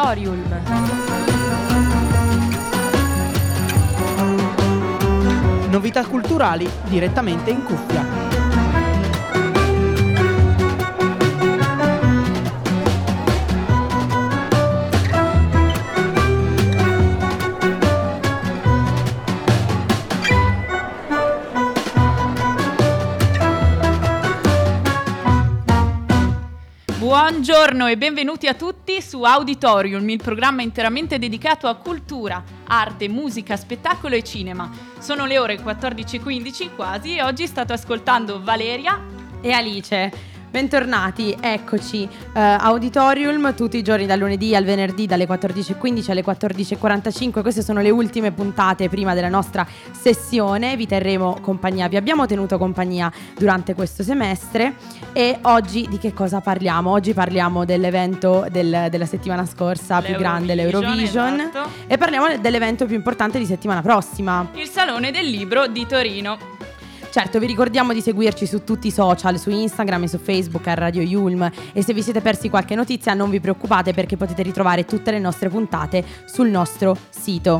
Auditorium. Novità culturali direttamente in cuffia. Buongiorno e benvenuti a tutti su Auditorium, il programma interamente dedicato a cultura, arte, musica, spettacolo e cinema. Sono le ore 14:15 quasi e oggi state ascoltando Valeria e Alice. Bentornati, eccoci, Auditorium tutti i giorni dal lunedì al venerdì dalle 14:15 alle 14:45. Queste sono le ultime puntate prima della nostra sessione. Vi terremo compagnia, vi abbiamo tenuto compagnia durante questo semestre. E oggi di che cosa parliamo? Oggi parliamo dell'evento della settimana scorsa più grande, l'Eurovision, esatto. E parliamo dell'evento più importante di settimana prossima, il Salone del Libro di Torino. Certo, vi ricordiamo di seguirci su tutti i social, su Instagram e su Facebook a Radio Yulm, e se vi siete persi qualche notizia non vi preoccupate perché potete ritrovare tutte le nostre puntate sul nostro sito.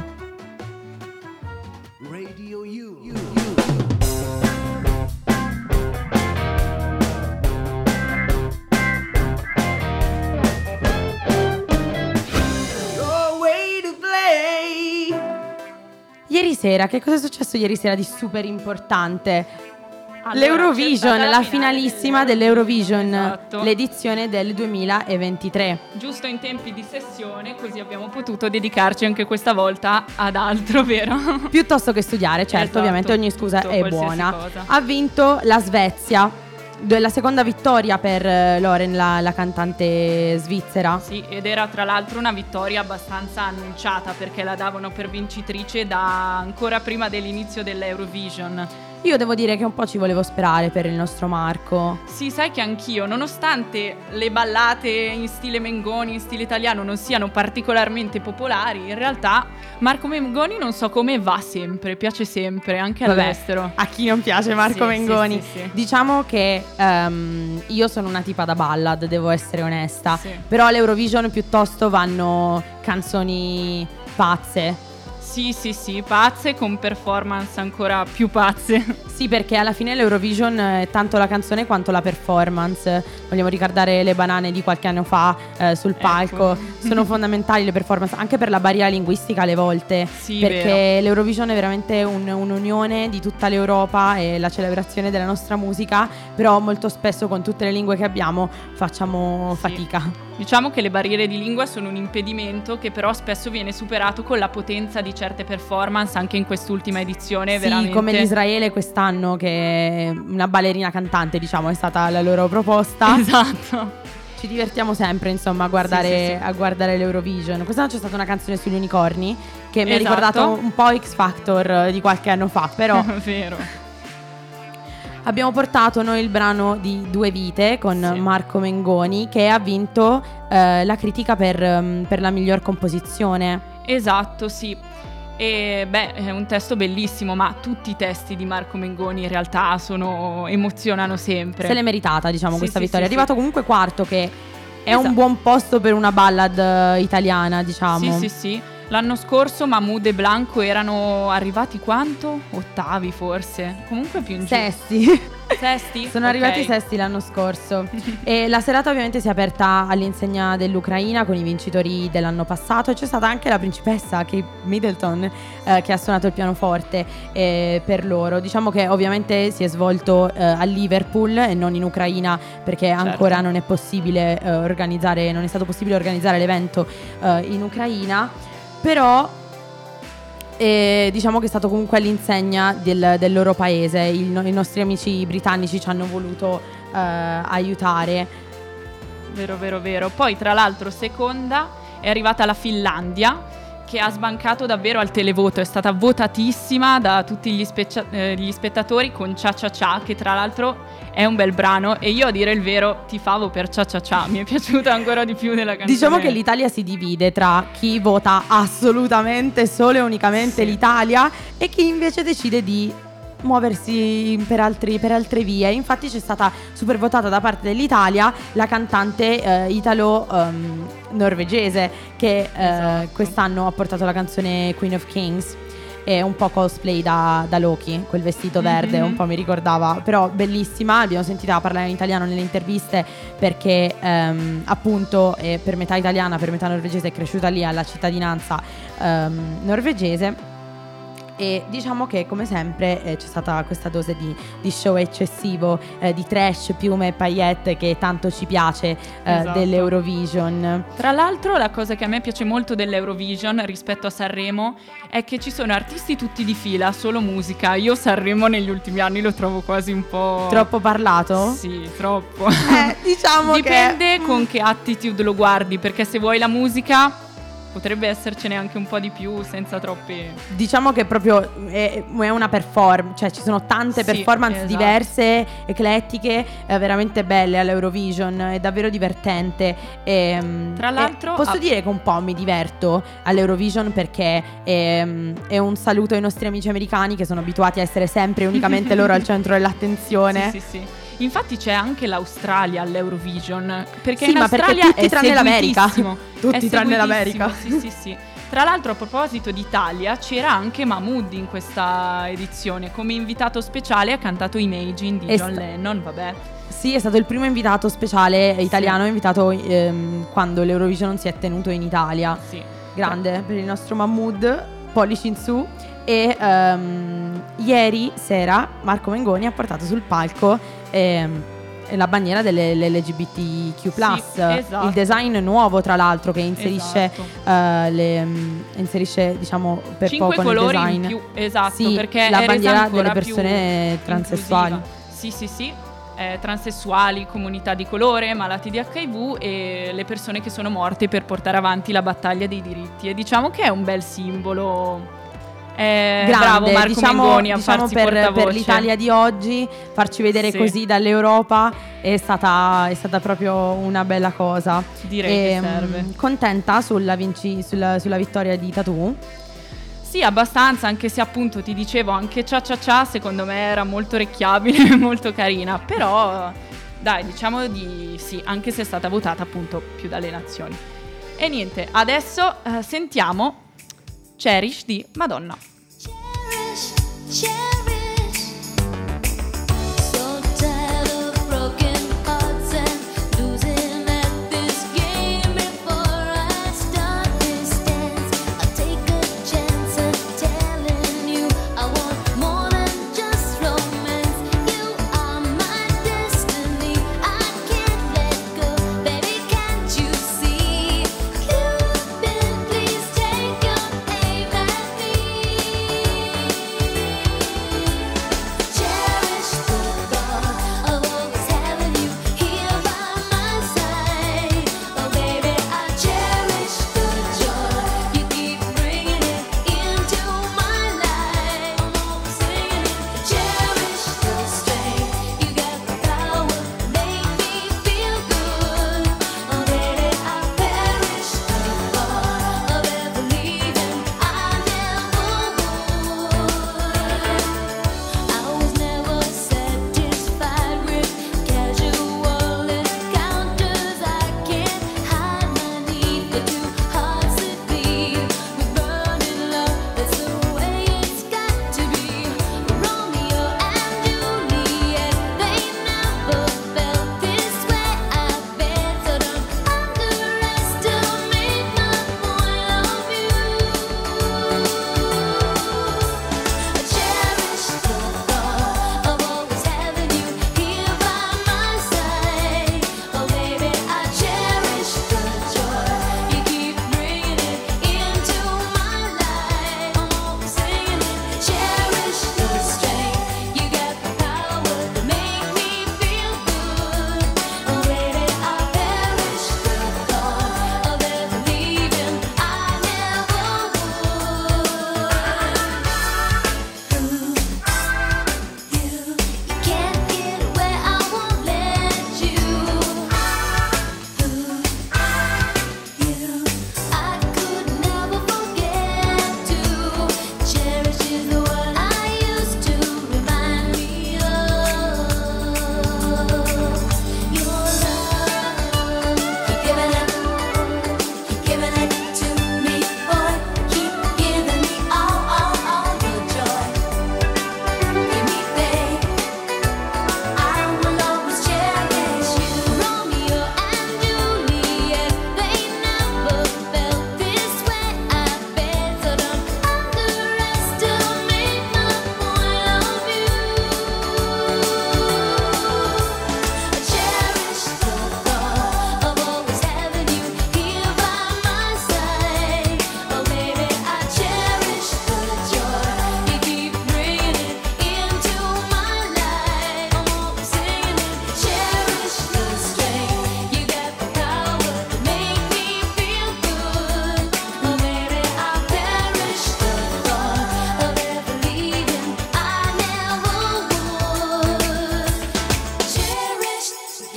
Radio Yulm. Ieri sera, che cosa è successo ieri sera di super importante? Allora, L'Eurovision, c'è stata la finalissima dell'Eurovision, esatto. L'edizione del 2023. Giusto in tempi di sessione, così abbiamo potuto dedicarci anche questa volta ad altro, vero? Piuttosto che studiare, certo, Esatto, ovviamente ogni scusa tutto, è qualsiasi buona. cosa. Ha vinto la Svezia, la seconda vittoria per Loren, la cantante svizzera. Sì, ed era tra l'altro una vittoria abbastanza annunciata perché la davano per vincitrice da ancora prima dell'inizio dell'Eurovision. Io devo dire che un po' ci volevo sperare per il nostro Marco. Sì, sai che anch'io, nonostante le ballate in stile Mengoni, in stile italiano, non siano particolarmente popolari, in realtà Marco Mengoni non so come va sempre, piace sempre, anche all'estero. A chi non piace Marco Sì, Mengoni? sì. Diciamo che io sono una tipa da ballad, devo essere onesta. Sì. Però all'Eurovision piuttosto vanno canzoni pazze. Sì, pazze con performance ancora più pazze. Sì, perché alla fine l'Eurovision è tanto la canzone quanto la performance. Vogliamo ricordare le banane di qualche anno fa sul palco. Ecco. Sono fondamentali le performance, anche per la barriera linguistica alle volte. Sì, perché vero. l'Eurovision è veramente un'unione di tutta l'Europa e la celebrazione della nostra musica. Però molto spesso con tutte le lingue che abbiamo facciamo fatica. Diciamo che le barriere di lingua sono un impedimento che però spesso viene superato con la potenza di certe performance anche in quest'ultima edizione. Sì, veramente. come l'Israele quest'anno, che una ballerina cantante, diciamo, è stata la loro proposta. Esatto. Ci divertiamo sempre, insomma, a guardare, Sì. a guardare l'Eurovision. Quest'anno c'è stata una canzone sugli unicorni che mi ha Esatto. ricordato un po' X Factor di qualche anno fa, però Vero. abbiamo portato noi il brano di Due Vite con Sì. Marco Mengoni, che ha vinto la critica per la miglior composizione. Esatto, sì. E è un testo bellissimo, ma tutti i testi di Marco Mengoni in realtà emozionano sempre. Se l'è meritata, diciamo, Sì, questa sì, vittoria. sì, È arrivato sì. comunque quarto, che è Esatto. un buon posto per una ballad italiana, diciamo. Sì. L'anno scorso Mahmood e Blanco erano arrivati quanto? Ottavi forse. Comunque più in giù. Sesti. Sesti? Sono Ok. arrivati sesti l'anno scorso. E la serata ovviamente si è aperta all'insegna dell'Ucraina con i vincitori dell'anno passato, e c'è stata anche la principessa Kate Middleton che ha suonato il pianoforte per loro. Diciamo che ovviamente si è svolto a Liverpool e non in Ucraina, perché ancora non è possibile organizzare, non è stato possibile organizzare l'evento in Ucraina. Però diciamo che è stato comunque all'insegna del loro paese. I nostri amici britannici ci hanno voluto aiutare. Vero. Poi tra l'altro seconda è arrivata la Finlandia, che ha sbancato davvero al televoto, è stata votatissima da tutti gli spettatori con Cia Cia Cia, che tra l'altro è un bel brano, e io a dire il vero tifavo per Cia Cia Cia, mi è piaciuta ancora di più della canzone. Diciamo che l'Italia si divide tra chi vota assolutamente solo e unicamente Sì. l'Italia e chi invece decide di muoversi per altre vie. Infatti c'è stata super votata da parte dell'Italia la cantante italo-norvegese che Esatto. quest'anno ha portato la canzone Queen of Kings. È un po' cosplay da Loki, quel vestito verde, un po' mi ricordava, però bellissima. L'abbiamo sentita parlare in italiano nelle interviste perché appunto è per metà italiana, per metà norvegese, è cresciuta lì, ha la cittadinanza norvegese. E diciamo che come sempre c'è stata questa dose di show eccessivo, di trash, piume e paillette che tanto ci piace Esatto. dell'Eurovision. Tra l'altro la cosa che a me piace molto dell'Eurovision rispetto a Sanremo è che ci sono artisti tutti di fila, solo musica. Io Sanremo negli ultimi anni lo trovo quasi un po'... Troppo parlato? Sì, troppo. Diciamo Dipende con che attitude lo guardi, perché se vuoi la musica potrebbe essercene anche un po' di più senza troppi... Diciamo che proprio è una performance, cioè ci sono tante Sì, performance esatto. diverse, eclettiche, veramente belle all'Eurovision, è davvero divertente. Tra l'altro posso dire che un po' mi diverto all'Eurovision perché è un saluto ai nostri amici americani che sono abituati a essere sempre e unicamente loro al centro dell'attenzione. Sì, sì, sì. Infatti c'è anche l'Australia all'Eurovision, perché Sì, in ma perché Australia tutti è tranne l'America. seguitissimo. Tutti È tranne seguitissimo, l'America. Sì, sì, sì. Tra l'altro, a proposito d'Italia, c'era anche Mahmood in questa edizione. Come invitato speciale ha cantato Imagine di John Lennon, vabbè. Sì, è stato il primo invitato speciale italiano, invitato quando l'Eurovision si è tenuto in Italia. Sì. Grande per il nostro Mahmood, pollici in su. E ieri sera Marco Mengoni ha portato sul palco la bandiera dell'LGBTQ+, Sì, esatto. il design nuovo tra l'altro che inserisce, Esatto. inserisce diciamo per 5 poco nel colori design. in più, esatto, Sì, perché la è resa bandiera ancora delle più persone transessuali. inclusiva. Sì, sì, sì. Transessuali, comunità di colore, malati di HIV e le persone che sono morte per portare avanti la battaglia dei diritti. E diciamo che è un bel simbolo. Grande, Bravo Marco Mengoni a farsi per portavoce. l'Italia di oggi, farci vedere Sì. così dall'Europa è stata proprio una bella cosa. Direi che serve. Contenta sulla vittoria di Tatu? Sì, abbastanza, anche se appunto ti dicevo anche Cia Cia Cia secondo me era molto orecchiabile, molto carina, però dai, diciamo di sì, anche se è stata votata appunto più dalle nazioni. E niente, adesso sentiamo Cherish di Madonna. Cherish, cherish. So tired of broken hearts and losing at this game. Before I start this dance, I'll take a chance at telling you I want more than just romance. You are my destiny, I can't let go. Baby, can't you see? Cupid, please take your aim at me.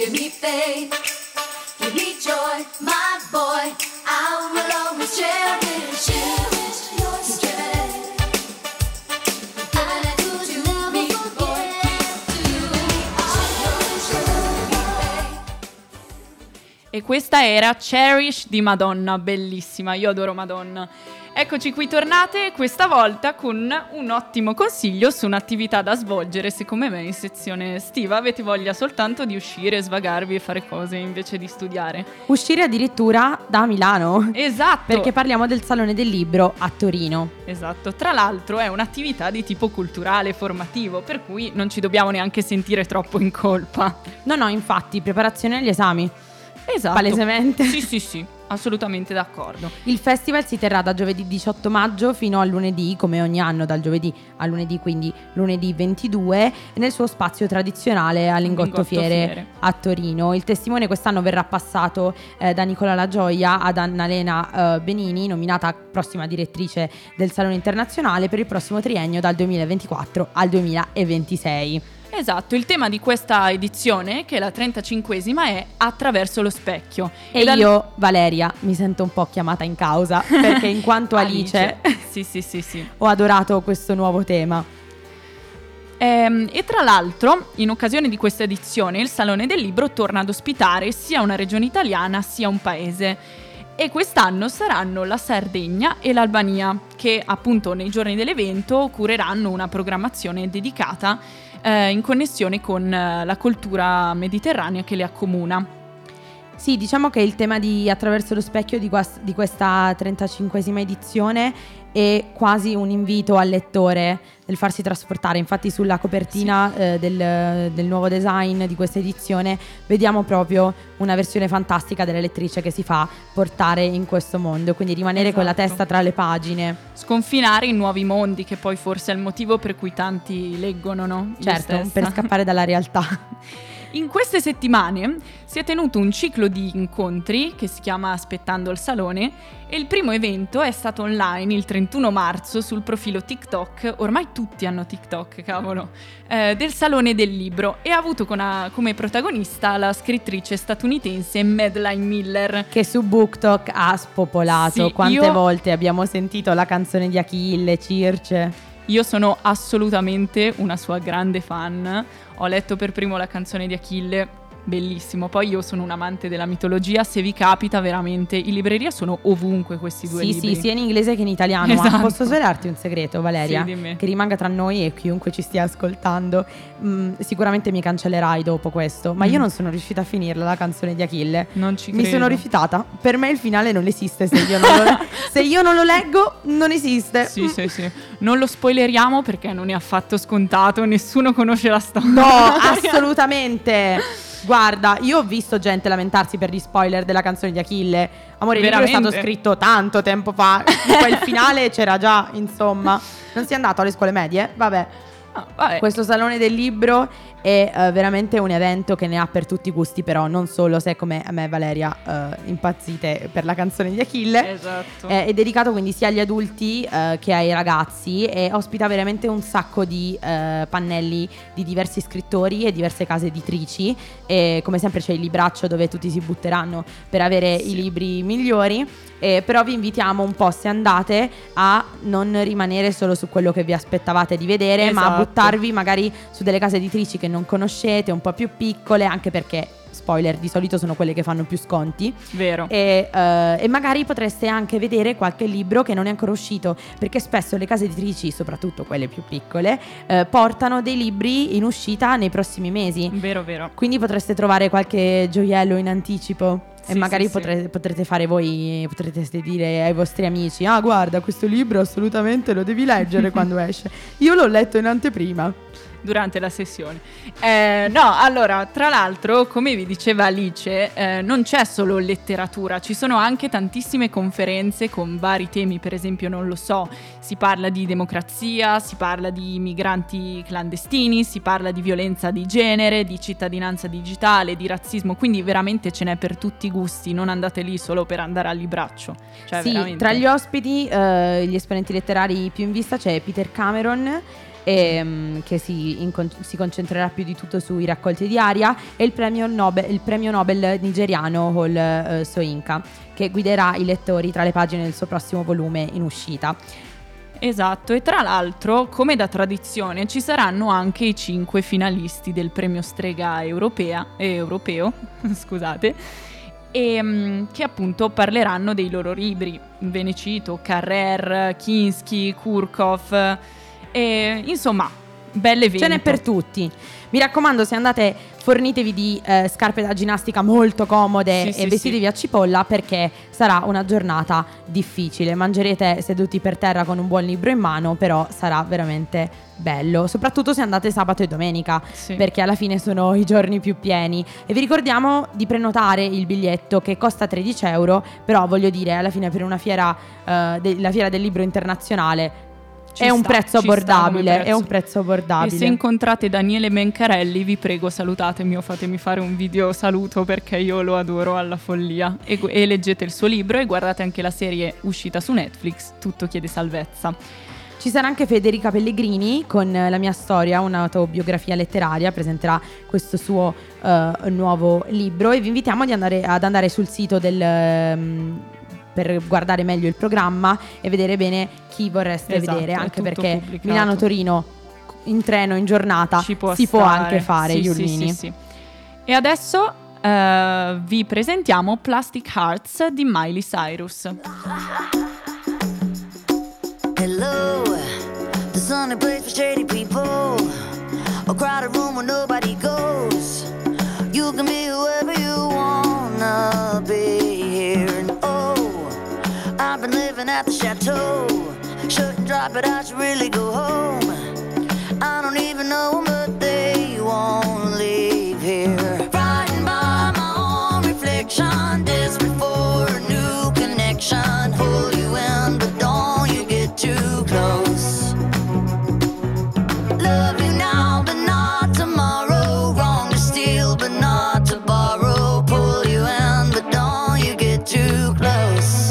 Give me faith, give me joy, my boy. I will always cherish your strength. Giving it to me, boy, give to me. E questa era Cherish di Madonna, bellissima, io adoro Madonna. Eccoci qui tornate, questa volta con un ottimo consiglio su un'attività da svolgere se come me in sezione estiva avete voglia soltanto di uscire, svagarvi e fare cose invece di studiare. Uscire addirittura da Milano. Esatto! Perché parliamo del Salone del Libro a Torino. Esatto, tra l'altro è un'attività di tipo culturale, formativo, per cui non ci dobbiamo neanche sentire troppo in colpa. No, infatti, preparazione agli esami. Esatto. Palesemente. Sì, assolutamente d'accordo. Il festival si terrà da giovedì 18 maggio fino a lunedì, come ogni anno, dal giovedì a lunedì, quindi lunedì 22, nel suo spazio tradizionale a Lingotto Fiere a Torino. Il testimone quest'anno verrà passato da Nicola La Gioia ad Annalena Benini, nominata prossima direttrice del Salone Internazionale per il prossimo triennio dal 2024 al 2026. Esatto, il tema di questa edizione, che è la 35esima, è Attraverso lo specchio. E io, Valeria, mi sento un po' chiamata in causa, perché in quanto Alice Sì. ho adorato questo nuovo tema. E tra l'altro, in occasione di questa edizione, il Salone del Libro torna ad ospitare sia una regione italiana sia un paese. E quest'anno saranno la Sardegna e l'Albania, che appunto nei giorni dell'evento cureranno una programmazione dedicata in connessione con la cultura mediterranea che le accomuna. Sì, diciamo che il tema di Attraverso lo specchio di questa 35esima edizione è quasi un invito al lettore del farsi trasportare. Infatti sulla copertina del nuovo design di questa edizione vediamo proprio una versione fantastica della lettrice che si fa portare in questo mondo, quindi rimanere con la testa tra le pagine. Sconfinare in nuovi mondi, che poi forse è il motivo per cui tanti leggono, no? Certo, per scappare dalla realtà. In queste settimane si è tenuto un ciclo di incontri che si chiama Aspettando il Salone e il primo evento è stato online il 31 marzo sul profilo TikTok, ormai tutti hanno TikTok, cavolo, del Salone del Libro, e ha avuto come protagonista la scrittrice statunitense Madeline Miller, che su BookTok ha spopolato. Sì, quante volte abbiamo sentito la canzone di Achille, Circe. Io sono assolutamente una sua grande fan. Ho letto per primo la canzone di Achille, bellissimo. Poi io sono un amante della mitologia, se vi capita veramente, in libreria sono ovunque questi due libri. Sì, sia in inglese che in italiano. Esatto. Ma posso svelarti un segreto, Valeria? Sì, dimmi. Che rimanga tra noi e chiunque ci stia ascoltando. Sicuramente mi cancellerai dopo questo, ma io non sono riuscita a finirla la canzone di Achille. Non ci Mi credo. sono rifiutata. Per me il finale non esiste se io non lo, se io non lo leggo, non esiste. Sì. Non lo spoileriamo perché non è affatto scontato, nessuno conosce la storia. No, assolutamente. Guarda, io ho visto gente lamentarsi per gli spoiler della canzone di Achille. Amore, il libro è stato scritto tanto tempo fa. Poi il finale c'era già, insomma. Non sei andato alle scuole medie? Vabbè. Vabbè. Questo Salone del Libro è veramente un evento che ne ha per tutti i gusti, però non solo se come a me e Valeria impazzite per la canzone di Achille. Esatto. È dedicato quindi sia agli adulti che ai ragazzi e ospita veramente un sacco di pannelli di diversi scrittori e diverse case editrici, e come sempre c'è il libraccio dove tutti si butteranno per avere i libri migliori. Però vi invitiamo un po', se andate, a non rimanere solo su quello che vi aspettavate di vedere, ma a Esatto. buttarvi magari su delle case editrici che non conoscete, un po' più piccole, anche perché, spoiler, di solito sono quelle che fanno più sconti. Vero. E magari potreste anche vedere qualche libro che non è ancora uscito, perché spesso le case editrici, soprattutto quelle più piccole, portano dei libri in uscita nei prossimi mesi. Vero. Quindi potreste trovare qualche gioiello in anticipo. E Sì, magari sì. potrete fare voi, potrete dire ai vostri amici: ah, guarda, questo libro assolutamente lo devi leggere quando esce. Io l'ho letto in anteprima. Durante la sessione. No, allora, tra l'altro, come vi diceva Alice, non c'è solo letteratura, ci sono anche tantissime conferenze con vari temi. Per esempio, non lo so, si parla di democrazia, si parla di migranti clandestini, si parla di violenza di genere, di cittadinanza digitale, di razzismo, quindi veramente ce n'è per tutti i gusti, non andate lì solo per andare al libraccio. Cioè, Sì, veramente. tra gli ospiti, gli esponenti letterari più in vista c'è Peter Cameron, che si concentrerà più di tutto sui raccolti di aria, e il premio Nobel nigeriano Hall Soyinka, che guiderà i lettori tra le pagine del suo prossimo volume in uscita. Esatto, e tra l'altro, come da tradizione, ci saranno anche i 5 finalisti del premio Strega europeo, scusate, che appunto parleranno dei loro libri. Ve ne cito Carrer, Kinski, Kurkov, e insomma, belle evento. Ce n'è per tutti. Mi raccomando, se andate, fornitevi di scarpe da ginnastica molto comode e vestitevi a cipolla, perché sarà una giornata difficile. Mangerete seduti per terra con un buon libro in mano, però sarà veramente bello, soprattutto se andate sabato e domenica, perché alla fine sono i giorni più pieni. E vi ricordiamo di prenotare il biglietto, che costa 13 euro, però voglio dire, alla fine per una fiera, la fiera del libro internazionale, è un prezzo abbordabile, è un prezzo abbordabile. E se incontrate Daniele Mencarelli, vi prego, salutatemi o fatemi fare un video saluto, perché io lo adoro alla follia. E leggete il suo libro e guardate anche la serie uscita su Netflix, Tutto chiede salvezza. Ci sarà anche Federica Pellegrini con La mia storia, un'autobiografia letteraria. Presenterà questo suo nuovo libro, e vi invitiamo ad andare sul sito per guardare meglio il programma e vedere bene chi vorreste vedere, anche perché pubblicato. Milano-Torino in treno, in giornata, si può anche fare, Giulini. Sì. E adesso vi presentiamo Plastic Hearts di Miley Cyrus. Hello, the sunny place for shady people, a crowded room where nobody goes. You can be whoever you wanna be here. And I've been living at the chateau. Shouldn't drop it, I should really go home. I don't even know them, but they won't leave here. Frightened by my own reflection, desperate for a new connection. Pull you in, but don't you get too close. Love you now, but not tomorrow. Wrong to steal, but not to borrow. Pull you in, but don't you get too close.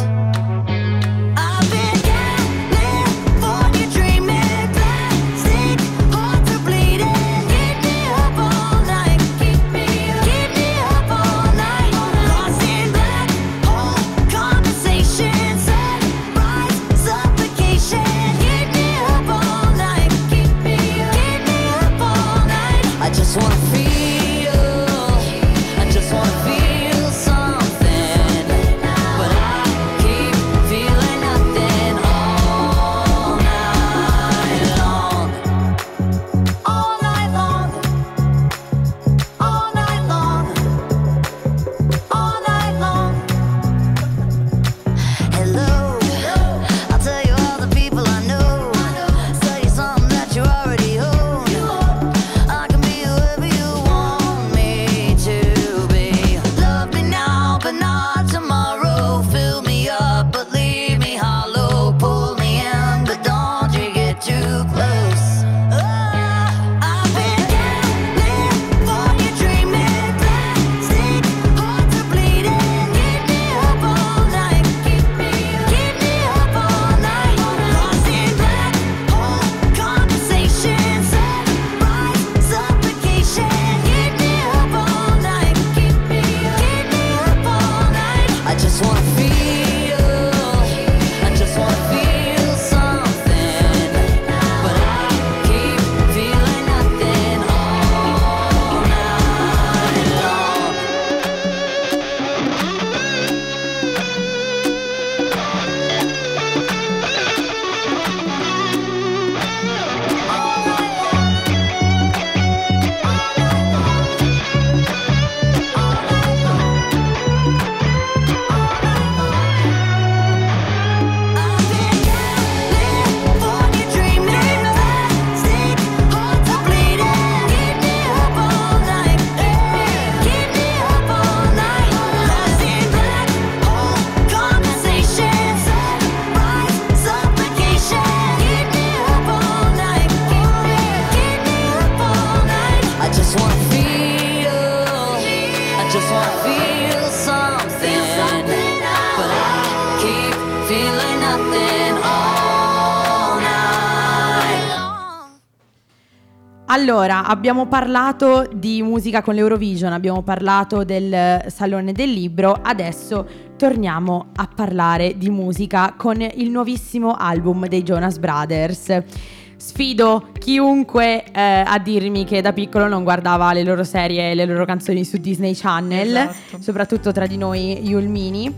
Allora, abbiamo parlato di musica con l'Eurovision, abbiamo parlato del Salone del Libro, adesso torniamo a parlare di musica con il nuovissimo album dei Jonas Brothers. Sfido chiunque a dirmi che da piccolo non guardava le loro serie e le loro canzoni su Disney Channel, Esatto. soprattutto tra di noi Yulmini.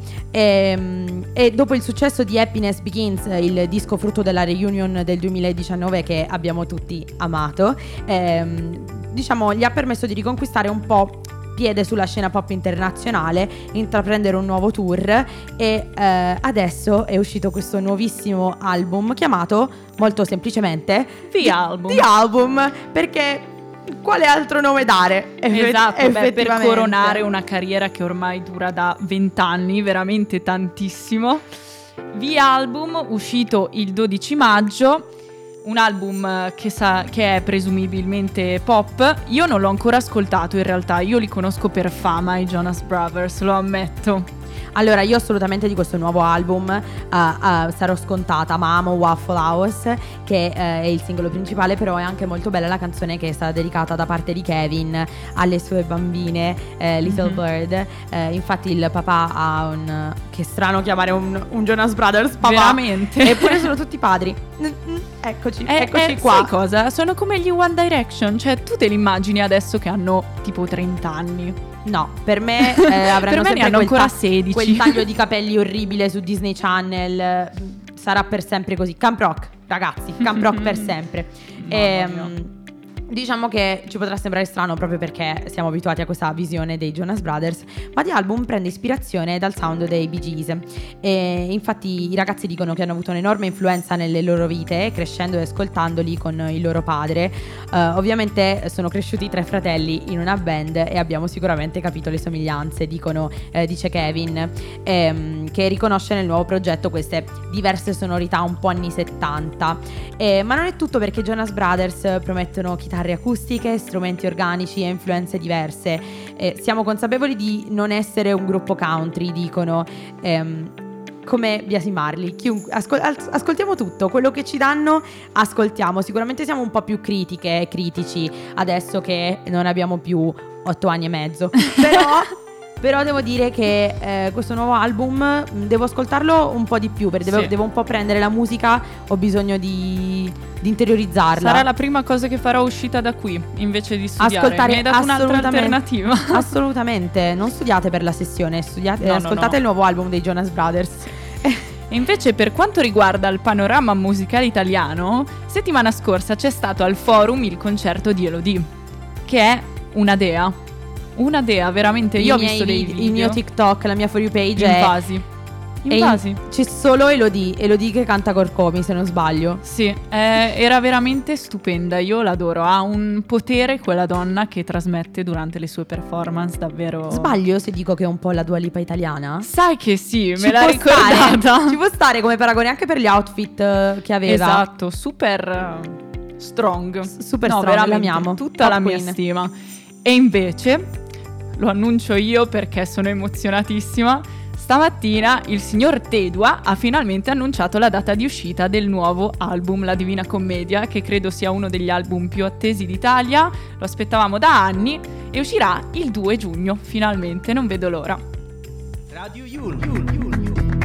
E dopo il successo di Happiness Begins, il disco frutto della reunion del 2019 che abbiamo tutti amato, diciamo gli ha permesso di riconquistare un po' piede sulla scena pop internazionale, intraprendere un nuovo tour e adesso è uscito questo nuovissimo album chiamato molto semplicemente The Album. The Album, perché quale altro nome dare? Esatto, beh, per effettivamente. coronare una carriera che ormai dura da 20 anni, veramente tantissimo. The Album, uscito il 12 maggio, un album che è presumibilmente pop. Io non l'ho ancora ascoltato in realtà, io li conosco per fama, i Jonas Brothers, lo ammetto. Allora, io assolutamente di questo nuovo album sarò scontata, ma amo Waffle House, che è il singolo principale, però è anche molto bella la canzone che è stata dedicata da parte di Kevin alle sue bambine, Little Bird. Infatti il papà ha che strano chiamare un Jonas Brothers papà. Veramente. Eppure sono tutti padri. Eccoci qua. Sai cosa? Sono come gli One Direction, cioè tu te li immagini adesso che hanno tipo 30 anni. No, per me avranno Per me ne sempre hanno quel ancora 16. Quel taglio di capelli orribile su Disney Channel. Sarà per sempre così. Camp Rock, ragazzi, Camp Rock per sempre. Mamma Diciamo che ci potrà sembrare strano proprio perché siamo abituati a questa visione dei Jonas Brothers, ma The Album prende ispirazione dal sound dei Bee Gees. E infatti i ragazzi dicono che hanno avuto un'enorme influenza nelle loro vite, crescendo e ascoltandoli con il loro padre. Ovviamente sono cresciuti 3 fratelli in una band e abbiamo sicuramente capito le somiglianze, dice Kevin, che riconosce nel nuovo progetto queste diverse sonorità un po' anni 70. Ma non è tutto, perché i Jonas Brothers promettono chitarre acustiche, strumenti organici e influenze diverse. Siamo consapevoli di non essere un gruppo country, dicono. Come biasimarli? Ascoltiamo tutto, quello che ci danno ascoltiamo. Sicuramente siamo un po' più critiche e critici adesso che non abbiamo più 8 anni e mezzo. Però devo dire che questo nuovo album devo ascoltarlo un po' di più, perché Sì. devo un po' prendere la musica, ho bisogno di interiorizzarla. Sarà la prima cosa che farò uscita da qui, invece di studiare. Ascoltare, Mi hai dato un'altra assolutamente. alternativa. Assolutamente, non studiate per la sessione, No, ascoltate no. il nuovo album dei Jonas Brothers. E invece per quanto riguarda il panorama musicale italiano, settimana scorsa c'è stato al Forum il concerto di Elodie, che è una dea. Una dea, veramente. Io ho visto dei video. Il mio TikTok, la mia For You page è Invasi. Invasi. c'è solo Elodie che canta Corcomi, se non sbaglio. Sì, era veramente stupenda, io l'adoro, ha un potere quella donna che trasmette durante le sue performance, davvero. Sbaglio se dico che è un po' la Dua Lipa italiana? Sai che sì, Ci me l'ha può ricordata. stare, ci può stare come paragone anche per gli outfit che aveva. Esatto, super strong. Super No, strong, veramente, l'amiamo. tutta Top la mia queen. stima. E invece, lo annuncio io perché sono emozionatissima, stamattina il signor Tedua ha finalmente annunciato la data di uscita del nuovo album La Divina Commedia, che credo sia uno degli album più attesi d'Italia. Lo aspettavamo da anni e uscirà il 2 giugno, finalmente, non vedo l'ora. Radio Yulm.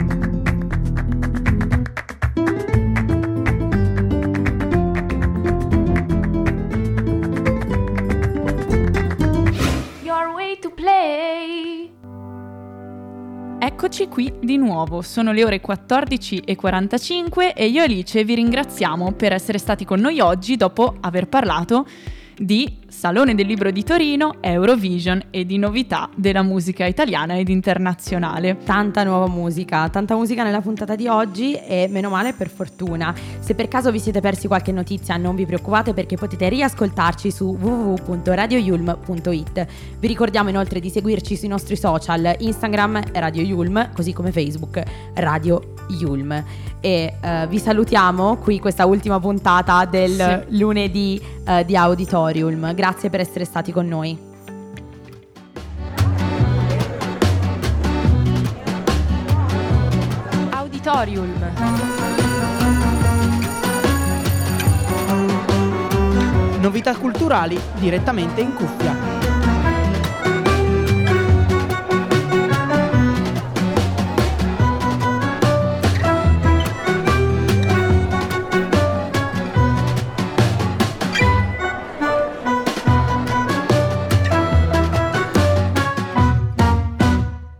Your way to play. Eccoci qui di nuovo, sono le ore 14:45 e io e Alice vi ringraziamo per essere stati con noi oggi dopo aver parlato di Salone del Libro di Torino, Eurovision e di novità della musica italiana ed internazionale. Tanta nuova musica, tanta musica nella puntata di oggi e meno male, per fortuna. Se per caso vi siete persi qualche notizia non vi preoccupate, perché potete riascoltarci su www.radioyulm.it. Vi ricordiamo inoltre di seguirci sui nostri social, Instagram Radio Yulm, così come Facebook Radio Yulm. E vi salutiamo qui questa ultima puntata del lunedì di Auditorium. Grazie per essere stati con noi. Auditorium. novità culturali direttamente in cuffia.